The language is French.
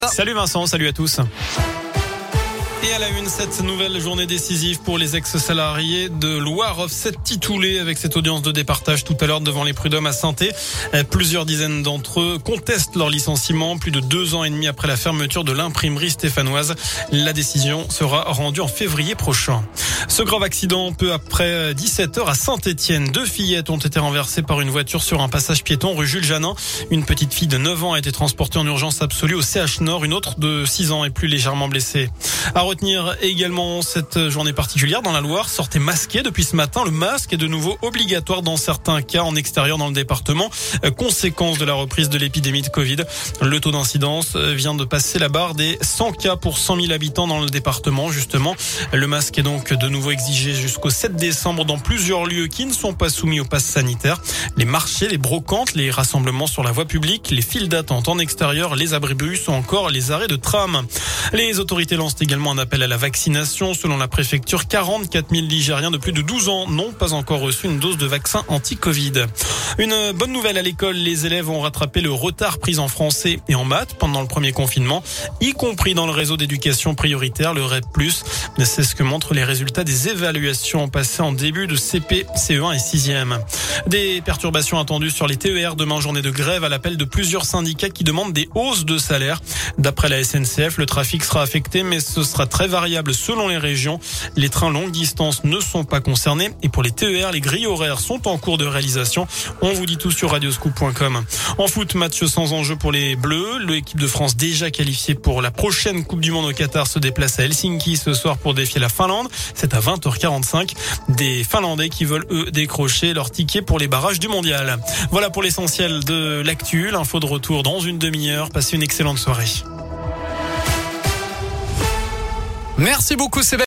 Salut Vincent, salut à tous. Et à la une, cette nouvelle journée décisive pour les ex-salariés de Loire Offset Titoulé avec cette audience de départage tout à l'heure devant les prud'hommes à Saint-Thé. Plusieurs dizaines d'entre eux contestent leur licenciement plus de 2 ans et demi après la fermeture de l'imprimerie stéphanoise. La décision sera rendue en février prochain. Ce grave accident, peu après 17h à Saint-Étienne. 2 fillettes ont été renversées par une voiture sur un passage piéton rue Jules Janin. Une petite fille de 9 ans a été transportée en urgence absolue au CH Nord. Une autre de 6 ans est plus légèrement blessée. À retenir également cette journée particulière dans la Loire. Sortez masqué depuis ce matin. Le masque est de nouveau obligatoire dans certains cas en extérieur dans le département. Conséquence de la reprise de l'épidémie de Covid. Le taux d'incidence vient de passer la barre des 100 cas pour 100 000 habitants dans le département. Justement, le masque est donc de nouveau exigé jusqu'au 7 décembre dans plusieurs lieux qui ne sont pas soumis au pass sanitaire. Les marchés, les brocantes, les rassemblements sur la voie publique, les files d'attente en extérieur, les abribus ou encore les arrêts de tram. Les autorités lancent également un appel à la vaccination. Selon la préfecture, 44 000 Ligériens de plus de 12 ans n'ont pas encore reçu une dose de vaccin anti-Covid. Une bonne nouvelle à l'école, les élèves ont rattrapé le retard pris en français et en maths pendant le premier confinement, y compris dans le réseau d'éducation prioritaire, le REP+. C'est ce que montrent les résultats des évaluations passées en début de CP, CE1 et 6e. Des perturbations attendues sur les TER demain, journée de grève à l'appel de plusieurs syndicats qui demandent des hausses de salaire. D'après la SNCF, le trafic sera affecté, mais ce sera très variable selon les régions. Les trains longue distance ne sont pas concernés et pour les TER, les grilles horaires sont en cours de réalisation. On vous dit tout sur radioscoop.com. En foot, match sans enjeu pour les Bleus. L'équipe de France déjà qualifiée pour la prochaine Coupe du Monde au Qatar se déplace à Helsinki ce soir pour défier la Finlande. C'est à 20h45. Des Finlandais qui veulent, eux, décrocher leur ticket pour les barrages du mondial. Voilà pour l'essentiel de l'actu. L'info de retour dans une demi-heure. Passez une excellente soirée. Merci beaucoup Sébastien.